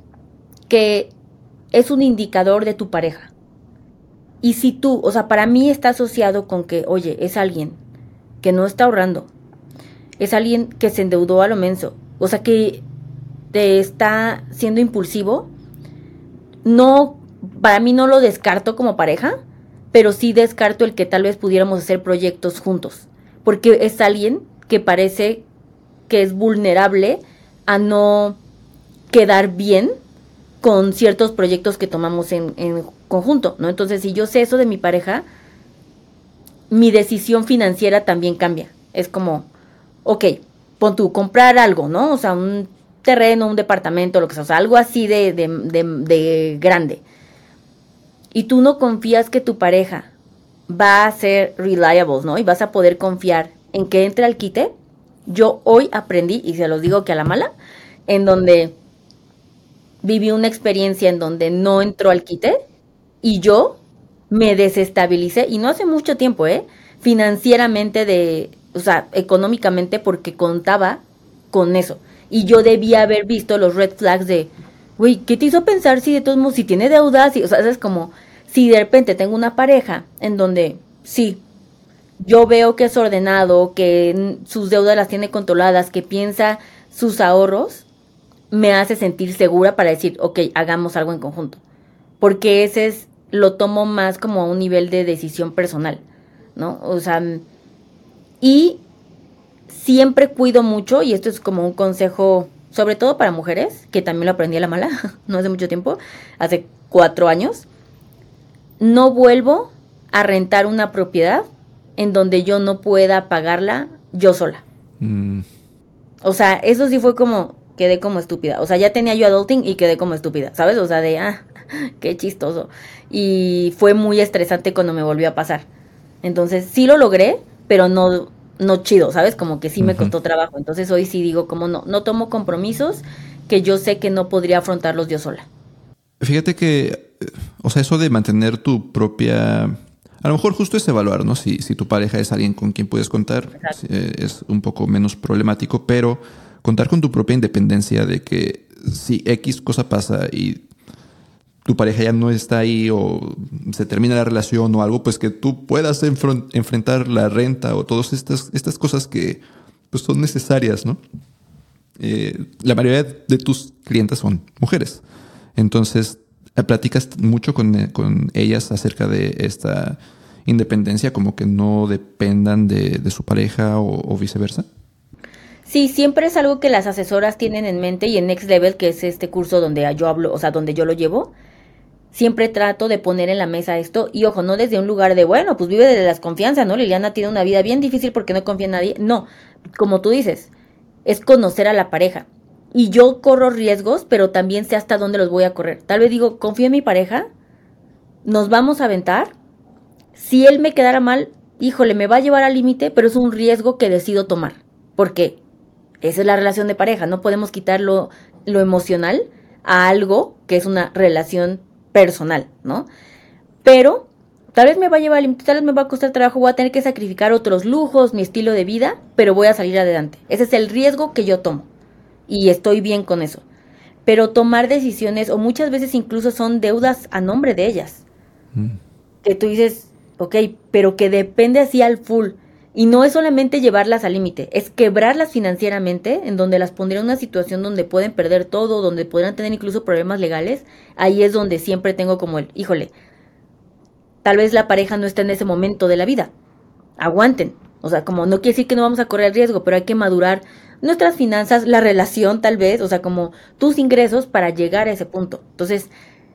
Speaker 2: que es un indicador de tu pareja. Y si tú, o sea, para mí está asociado con que, oye, es alguien que no está ahorrando, es alguien que se endeudó a lo menso, o sea, que te está siendo impulsivo, no, para mí no lo descarto como pareja, pero sí descarto el que tal vez pudiéramos hacer proyectos juntos, porque es alguien que parece que es vulnerable a no quedar bien con ciertos proyectos que tomamos en, en conjunto, ¿no? Entonces, si yo sé eso de mi pareja, mi decisión financiera también cambia. Es como, ok, pon tú, comprar algo, ¿no? O sea, un terreno, un departamento, lo que sea, o sea, algo así de, de, de, de grande. Y tú no confías que tu pareja va a ser reliable, ¿no? Y vas a poder confiar en que entre al quite. Yo hoy aprendí, y se los digo que a la mala, en donde viví una experiencia en donde no entró al quite y yo me desestabilicé, y no hace mucho tiempo, ¿eh? Financieramente, de, o sea, económicamente, porque contaba con eso. Y yo debía haber visto los red flags de, güey, ¿qué te hizo pensar si de todos modos, si tiene deudas? Si, o sea, es como, si de repente tengo una pareja en donde, sí, yo veo que es ordenado, que sus deudas las tiene controladas, que piensa sus ahorros, me hace sentir segura para decir, ok, hagamos algo en conjunto. Porque ese es, lo tomo más como a un nivel de decisión personal, ¿no? O sea, y siempre cuido mucho, y esto es como un consejo, sobre todo para mujeres, que también lo aprendí a la mala, no hace mucho tiempo, hace cuatro años, no vuelvo a rentar una propiedad en donde yo no pueda pagarla yo sola. Mm. O sea, eso sí fue como, quedé como estúpida. O sea, ya tenía yo adulting y quedé como estúpida, ¿sabes? O sea, de, ah, qué chistoso. Y fue muy estresante cuando me volvió a pasar. Entonces, sí lo logré, pero no, no chido, ¿sabes? Como que sí me uh-huh. costó trabajo. Entonces, hoy sí digo, como no, no tomo compromisos que yo sé que no podría afrontarlos yo sola.
Speaker 1: Fíjate que, o sea, eso de mantener tu propia... A lo mejor justo es evaluar, ¿no? Si, si tu pareja es alguien con quien puedes contar, eh, es un poco menos problemático, pero contar con tu propia independencia de que si X cosa pasa y tu pareja ya no está ahí o se termina la relación o algo, pues que tú puedas enfr- enfrentar la renta o todas estas, estas cosas que pues, son necesarias, ¿no? Eh, la mayoría de tus clientes son mujeres. Entonces, ¿platicas mucho con, con ellas acerca de esta independencia, como que no dependan de, de su pareja o, o viceversa?
Speaker 2: Sí, siempre es algo que las asesoras tienen en mente, y en Next Level, que es este curso donde yo hablo, o sea, donde yo lo llevo, siempre trato de poner en la mesa esto, y ojo, no desde un lugar de, bueno, pues vive de las confianzas, ¿no? Liliana tiene una vida bien difícil porque no confía en nadie. No, como tú dices, es conocer a la pareja. Y yo corro riesgos, pero también sé hasta dónde los voy a correr. Tal vez digo, confío en mi pareja, nos vamos a aventar. Si él me quedara mal, híjole, me va a llevar al límite, pero es un riesgo que decido tomar. ¿Por qué? Esa es la relación de pareja. No podemos quitar lo, lo emocional a algo que es una relación personal, ¿no? Pero tal vez me va a llevar al límite, tal vez me va a costar trabajo, voy a tener que sacrificar otros lujos, mi estilo de vida, pero voy a salir adelante. Ese es el riesgo que yo tomo. Y estoy bien con eso. Pero tomar decisiones, o muchas veces incluso son deudas a nombre de ellas. Mm. Que tú dices, ok, pero que depende así al full. Y no es solamente llevarlas al límite, es quebrarlas financieramente, en donde las pondría en una situación donde pueden perder todo, donde podrán tener incluso problemas legales. Ahí es donde siempre tengo como el, híjole, tal vez la pareja no está en ese momento de la vida. Aguanten. O sea, como no quiere decir que no vamos a correr riesgo, pero hay que madurar nuestras finanzas, la relación tal vez, o sea, como tus ingresos para llegar a ese punto. Entonces,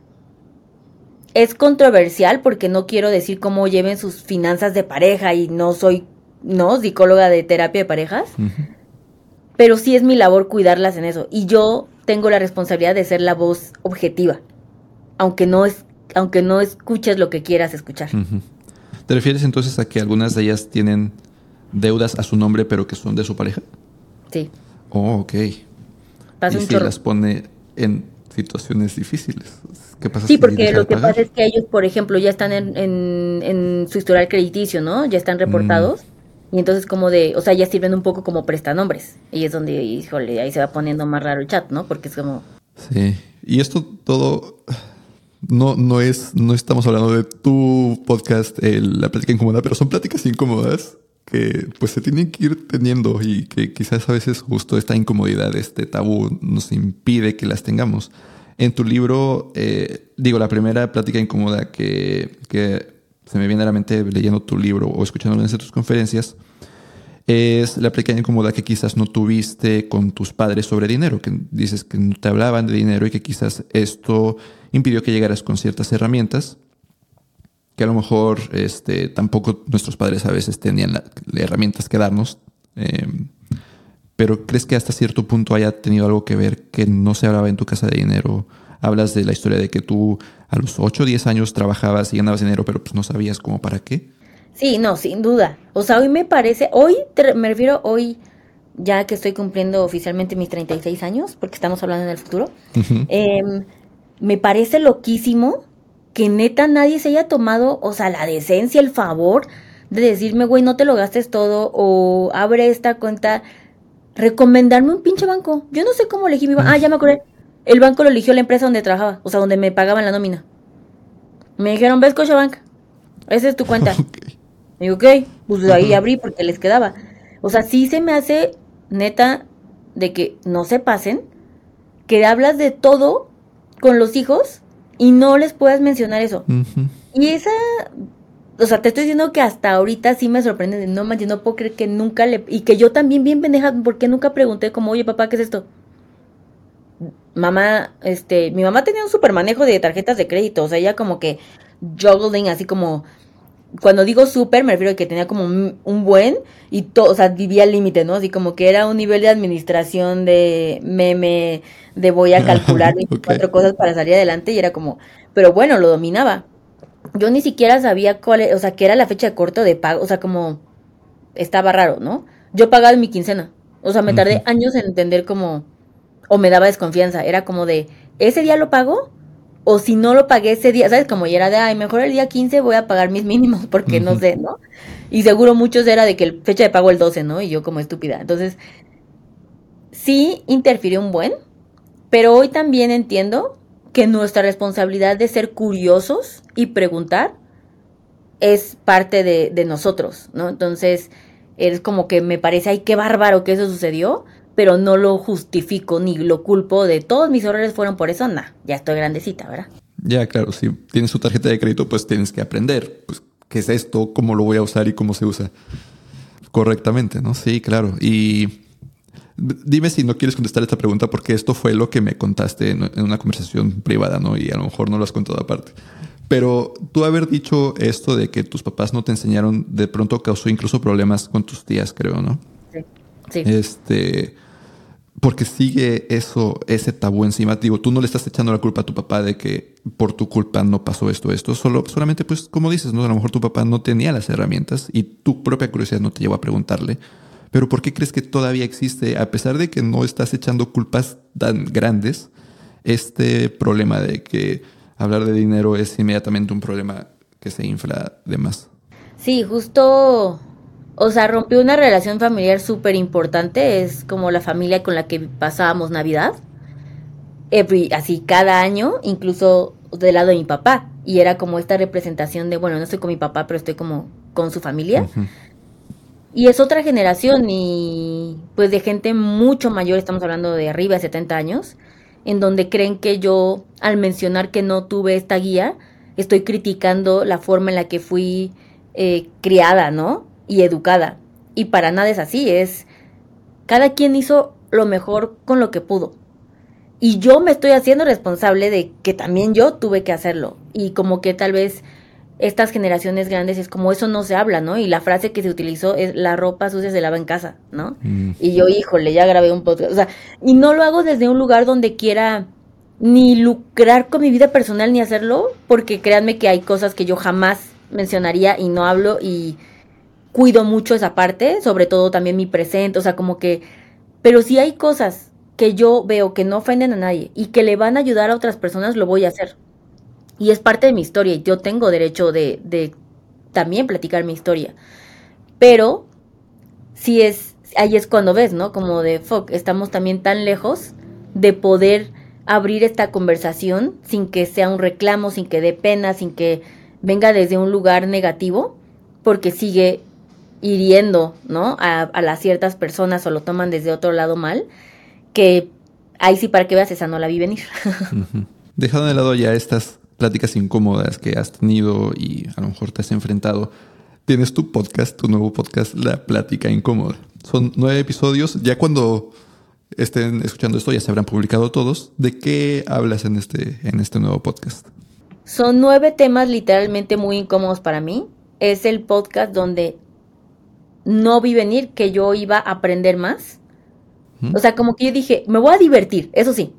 Speaker 2: es controversial porque no quiero decir cómo lleven sus finanzas de pareja, y no soy, no, psicóloga de terapia de parejas, uh-huh. pero sí es mi labor cuidarlas en eso. Y yo tengo la responsabilidad de ser la voz objetiva, aunque no es, aunque no escuches lo que quieras escuchar.
Speaker 1: Uh-huh. ¿Te refieres entonces a que algunas de ellas tienen deudas a su nombre, pero que son de su pareja?
Speaker 2: Sí.
Speaker 1: Oh, ok.
Speaker 2: Pasa
Speaker 1: y
Speaker 2: un
Speaker 1: si
Speaker 2: chorro.
Speaker 1: Las pone en situaciones difíciles. ¿Qué pasa
Speaker 2: sí,
Speaker 1: si
Speaker 2: porque lo que
Speaker 1: pagar?
Speaker 2: pasa es que ellos, por ejemplo, ya están en, en, en su historial crediticio, ¿no? Ya están reportados. Mm. Y entonces como de, o sea, ya sirven un poco como prestanombres. Y es donde, híjole, ahí se va poniendo más raro el chat, ¿no? Porque es como...
Speaker 1: Sí. Y esto todo... No, no es, no estamos hablando de tu podcast, el, la plática incómoda, pero son pláticas incómodas que pues se tienen que ir teniendo, y que quizás a veces justo esta incomodidad, este tabú, nos impide que las tengamos. En tu libro, eh, digo, la primera plática incómoda que, que se me viene a la mente leyendo tu libro o escuchando una de tus conferencias es la plática incómoda que quizás no tuviste con tus padres sobre dinero, que dices que no te hablaban de dinero y que quizás esto impidió que llegaras con ciertas herramientas que a lo mejor este, tampoco nuestros padres a veces tenían las herramientas que darnos. Eh, pero ¿crees que hasta cierto punto haya tenido algo que ver que no se hablaba en tu casa de dinero? Hablas de la historia de que tú a los ocho o diez años trabajabas y ganabas dinero, pero pues no sabías cómo para qué.
Speaker 2: Sí, no, sin duda. O sea, hoy me parece, hoy, te- me refiero hoy, ya que estoy cumpliendo oficialmente mis treinta y seis años, porque estamos hablando en el futuro,
Speaker 1: Ujú.
Speaker 2: em, me parece loquísimo que neta nadie se haya tomado, o sea, la decencia, el favor de decirme, güey, no te lo gastes todo, o abre esta cuenta, recomendarme un pinche banco. Yo no sé cómo elegí mi banco. Ah, ya me acordé. El banco lo eligió la empresa donde trabajaba, o sea, donde me pagaban la nómina. Me dijeron, ves Scotiabank, esa es tu cuenta.
Speaker 1: Ok.
Speaker 2: Y ok, pues ahí
Speaker 1: Ajá.
Speaker 2: abrí porque les quedaba. O sea, sí se me hace neta de que no se pasen, que hablas de todo con los hijos y no les puedas mencionar eso.
Speaker 1: Ujú.
Speaker 2: Y esa, o sea, te estoy diciendo que hasta ahorita sí me sorprende de no manches, no puedo creer que nunca le, y que yo también bien pendeja, porque nunca pregunté como, oye papá, ¿qué es esto? Mamá, este, mi mamá tenía un super manejo de tarjetas de crédito, o sea, ella como que juggling, así como cuando digo súper, me refiero a que tenía como un, un buen y todo, o sea, vivía al límite, ¿no? Así como que era un nivel de administración de meme, de voy a calcular
Speaker 1: Ok.
Speaker 2: veinticuatro cosas para salir adelante y era como, pero bueno, lo dominaba. Yo ni siquiera sabía cuál, e- o sea, qué era la fecha de corto de pago, o sea, como estaba raro, ¿no? Yo pagaba en mi quincena, o sea, me
Speaker 1: Ujú.
Speaker 2: tardé años en entender cómo, o me daba desconfianza, era como de, ¿ese día lo pago? O si no lo pagué ese día, ¿sabes? Como ya era de, ay, mejor el día quince voy a pagar mis mínimos porque no
Speaker 1: Ujú.
Speaker 2: sé, ¿no? Y seguro muchos era de que el fecha de pago el doce, ¿no? Y yo como estúpida. Entonces, sí interfirió un buen, pero hoy también entiendo que nuestra responsabilidad de ser curiosos y preguntar es parte de, de nosotros, ¿no? Entonces, es como que me parece, ay, qué bárbaro que eso sucedió, pero no lo justifico ni lo culpo de todos mis errores fueron por eso, nah, ya estoy grandecita, ¿verdad?
Speaker 1: Ya, claro, si tienes tu tarjeta de crédito, pues tienes que aprender, pues, qué es esto, cómo lo voy a usar y cómo se usa correctamente, ¿no? Sí, claro. Y d- dime si no quieres contestar esta pregunta porque esto fue lo que me contaste en, en una conversación privada, ¿no? Y a lo mejor no lo has contado aparte. Pero tú haber dicho esto de que tus papás no te enseñaron, de pronto causó incluso problemas con tus tías, creo, ¿no?
Speaker 2: Sí. Sí.
Speaker 1: Este, porque sigue eso, ese tabú encima. Digo, tú no le estás echando la culpa a tu papá de que por tu culpa no pasó esto, esto. Solo, solamente, pues, como dices, ¿no? A lo mejor tu papá no tenía las herramientas y tu propia curiosidad no te llevó a preguntarle. Pero ¿por qué crees que todavía existe, a pesar de que no estás echando culpas tan grandes, este problema de que hablar de dinero es inmediatamente un problema que se infla de más?
Speaker 2: Sí, justo, o sea, rompió una relación familiar súper importante, es como la familia con la que pasábamos Navidad, every, así cada año, incluso del lado de mi papá, y era como esta representación de, bueno, no estoy con mi papá, pero estoy como con su familia,
Speaker 1: Ujú.
Speaker 2: y es otra generación y pues de gente mucho mayor, estamos hablando de arriba de setenta años, en donde creen que yo, al mencionar que no tuve esta guía, estoy criticando la forma en la que fui eh, criada, ¿no? Y educada. Y para nada es así, es cada quien hizo lo mejor con lo que pudo. Y yo me estoy haciendo responsable de que también yo tuve que hacerlo. Y como que tal vez estas generaciones grandes es como eso no se habla, ¿no? Y la frase que se utilizó es la ropa sucia se lava en casa, ¿no?
Speaker 1: Mm.
Speaker 2: Y yo, híjole, ya grabé un podcast. O sea, y no lo hago desde un lugar donde quiera ni lucrar con mi vida personal ni hacerlo, porque créanme que hay cosas que yo jamás mencionaría y no hablo y cuido mucho esa parte, sobre todo también mi presente, o sea, como que, pero si hay cosas que yo veo que no ofenden a nadie y que le van a ayudar a otras personas, lo voy a hacer. Y es parte de mi historia y yo tengo derecho de, de también platicar mi historia. Pero sí es, ahí es cuando ves, ¿no? Como de, fuck, estamos también tan lejos de poder abrir esta conversación sin que sea un reclamo, sin que dé pena, sin que venga desde un lugar negativo, porque sigue hiriendo, ¿no? A, a las ciertas personas o lo toman desde otro lado mal, que ahí sí para que veas esa no la vi venir.
Speaker 1: Ujú. Dejando de lado ya estas pláticas incómodas que has tenido y a lo mejor te has enfrentado, tienes tu podcast, tu nuevo podcast, La Plática Incómoda. Son nueve episodios. Ya cuando estén escuchando esto ya se habrán publicado todos. ¿De qué hablas en este, en este nuevo podcast?
Speaker 2: Son nueve temas literalmente muy incómodos para mí. Es el podcast donde no vi venir que yo iba a aprender más.
Speaker 1: ¿Mm?
Speaker 2: O sea, como que yo dije, me voy a divertir, eso sí.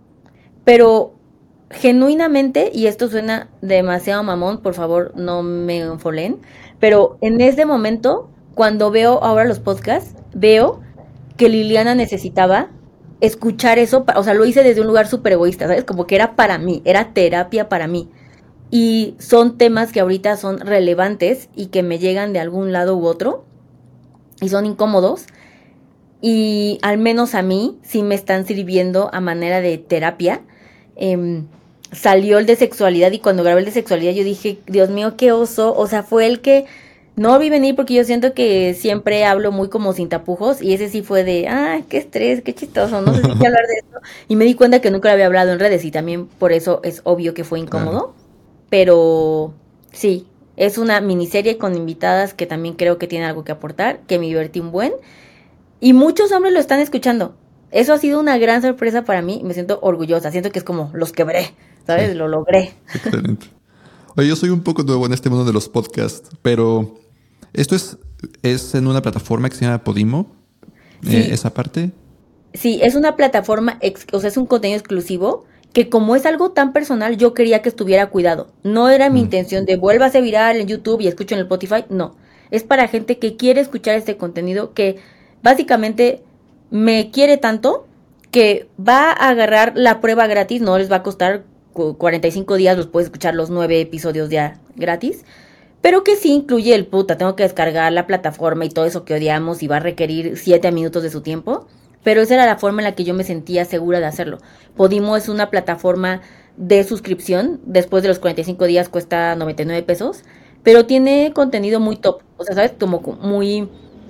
Speaker 2: Pero genuinamente, y esto suena demasiado mamón, por favor no me enfolen, Pero en ese momento, cuando veo ahora los podcasts, veo que Liliana necesitaba escuchar eso, o sea, lo hice desde un lugar súper egoísta, ¿sabes? Como que era para mí, era terapia para mí. Y son temas que ahorita son relevantes y que me llegan de algún lado u otro y son incómodos. Y al menos a mí sí me están sirviendo a manera de terapia. Eh, salió el de sexualidad y cuando grabé el de sexualidad yo dije, Dios mío, qué oso. O sea, fue el que no vi venir porque yo siento que siempre hablo muy como sin tapujos y ese sí fue de, ah, qué estrés, qué chistoso, no sé si qué hablar de esto. Y me di cuenta que nunca lo había hablado en redes y también por eso es obvio que fue incómodo. Claro. Pero sí, es una miniserie con invitadas que también creo que tiene algo que aportar, que me divertí un buen. Y muchos hombres lo están escuchando. Eso ha sido una gran sorpresa para mí. Me siento orgullosa. Siento que es como, los quebré, ¿sabes? Sí. Lo logré.
Speaker 1: Excelente. Oye, yo soy un poco nuevo en este mundo de los podcasts, pero esto es, es en una plataforma que se llama Podimo. Sí. Eh, ¿Esa parte?
Speaker 2: Sí, es una plataforma, ex, o sea, es un contenido exclusivo que como es algo tan personal, yo quería que estuviera cuidado. No era mi mm. intención de vuélvase viral en YouTube y escucho en el Spotify. No. Es para gente que quiere escuchar este contenido, que básicamente me quiere tanto que va a agarrar la prueba gratis, no les va a costar cuarenta y cinco días, los puedes escuchar los nueve episodios ya gratis, pero que sí incluye el puta, tengo que descargar la plataforma y todo eso que odiamos y va a requerir siete minutos de su tiempo, pero esa era la forma en la que yo me sentía segura de hacerlo. Podimo es una plataforma de suscripción, después de los cuarenta y cinco días cuesta noventa y nueve pesos, pero tiene contenido muy top, o sea, ¿sabes? Como muy...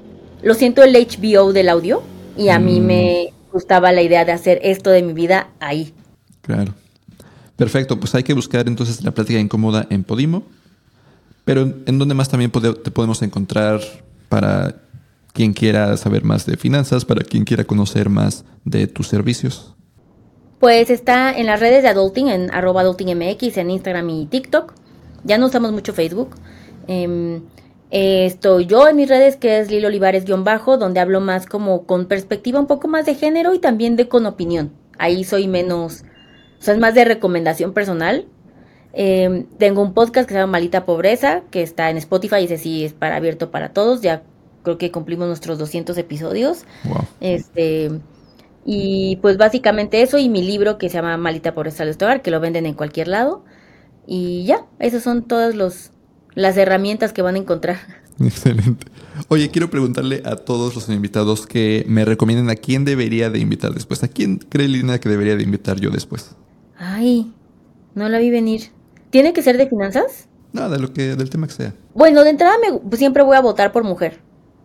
Speaker 2: Lo siento el H B O del audio y a mm. mí me gustaba la idea de hacer esto de mi vida ahí.
Speaker 1: Claro. Perfecto, pues hay que buscar entonces La Plática Incómoda en Podimo. Pero ¿en dónde más también pode- te podemos encontrar para quien quiera saber más de finanzas, para quien quiera conocer más de tus servicios?
Speaker 2: Pues está en las redes de Adulting, en arroba adultingmx, en Instagram y TikTok. Ya no usamos mucho Facebook. Eh, Eh, estoy yo en mis redes, que es Lil Olivares-bajo, donde hablo más como con perspectiva un poco más de género y también de con opinión. Ahí soy menos, o sea, es más de recomendación personal. Eh, tengo un podcast que se llama Maldita Pobreza, que está en Spotify, ese sí es para abierto para todos. Ya creo que cumplimos nuestros doscientos episodios.
Speaker 1: Wow.
Speaker 2: Este, y pues básicamente eso, y mi libro que se llama Maldita Pobreza de este hogar, que lo venden en cualquier lado. Y ya, esos son todos los... las herramientas que van a encontrar.
Speaker 1: Excelente. Oye, quiero preguntarle a todos los invitados que me recomienden a quién debería de invitar después. ¿A quién cree Lina que debería de invitar yo después?
Speaker 2: Ay, no la vi venir. ¿Tiene que ser de finanzas?
Speaker 1: No, de lo que, del tema que sea.
Speaker 2: Bueno, de entrada me, pues siempre voy a votar por mujer.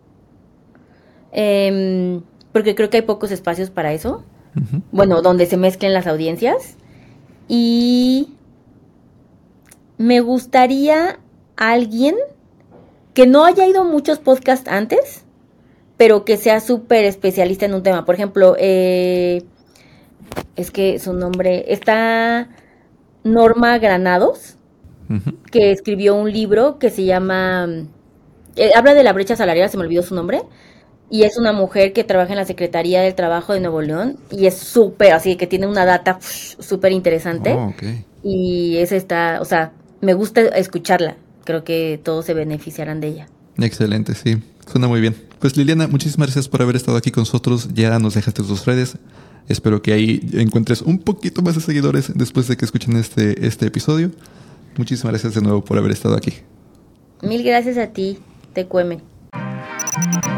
Speaker 2: Eh, porque creo que hay pocos espacios para eso. Uh-huh. Bueno, donde se mezclen las audiencias. Y me gustaría... alguien que no haya ido a muchos podcasts antes, pero que sea súper especialista en un tema. Por ejemplo, eh, es que su nombre... Está Norma Granados, uh-huh. que escribió un libro que se llama... Eh, habla de la brecha salarial, se me olvidó su nombre. Y es una mujer que trabaja en la Secretaría del Trabajo de Nuevo León. Y es súper, así que tiene una data súper interesante.
Speaker 1: Oh, okay.
Speaker 2: Y esa está... O sea, me gusta escucharla. Creo que todos se beneficiarán de ella.
Speaker 1: Excelente, sí. Suena muy bien. Pues Liliana, muchísimas gracias por haber estado aquí con nosotros. Ya nos dejaste tus redes. Espero que ahí encuentres un poquito más de seguidores después de que escuchen este, este episodio. Muchísimas gracias de nuevo por haber estado aquí.
Speaker 2: Mil gracias a ti, Te Cueme.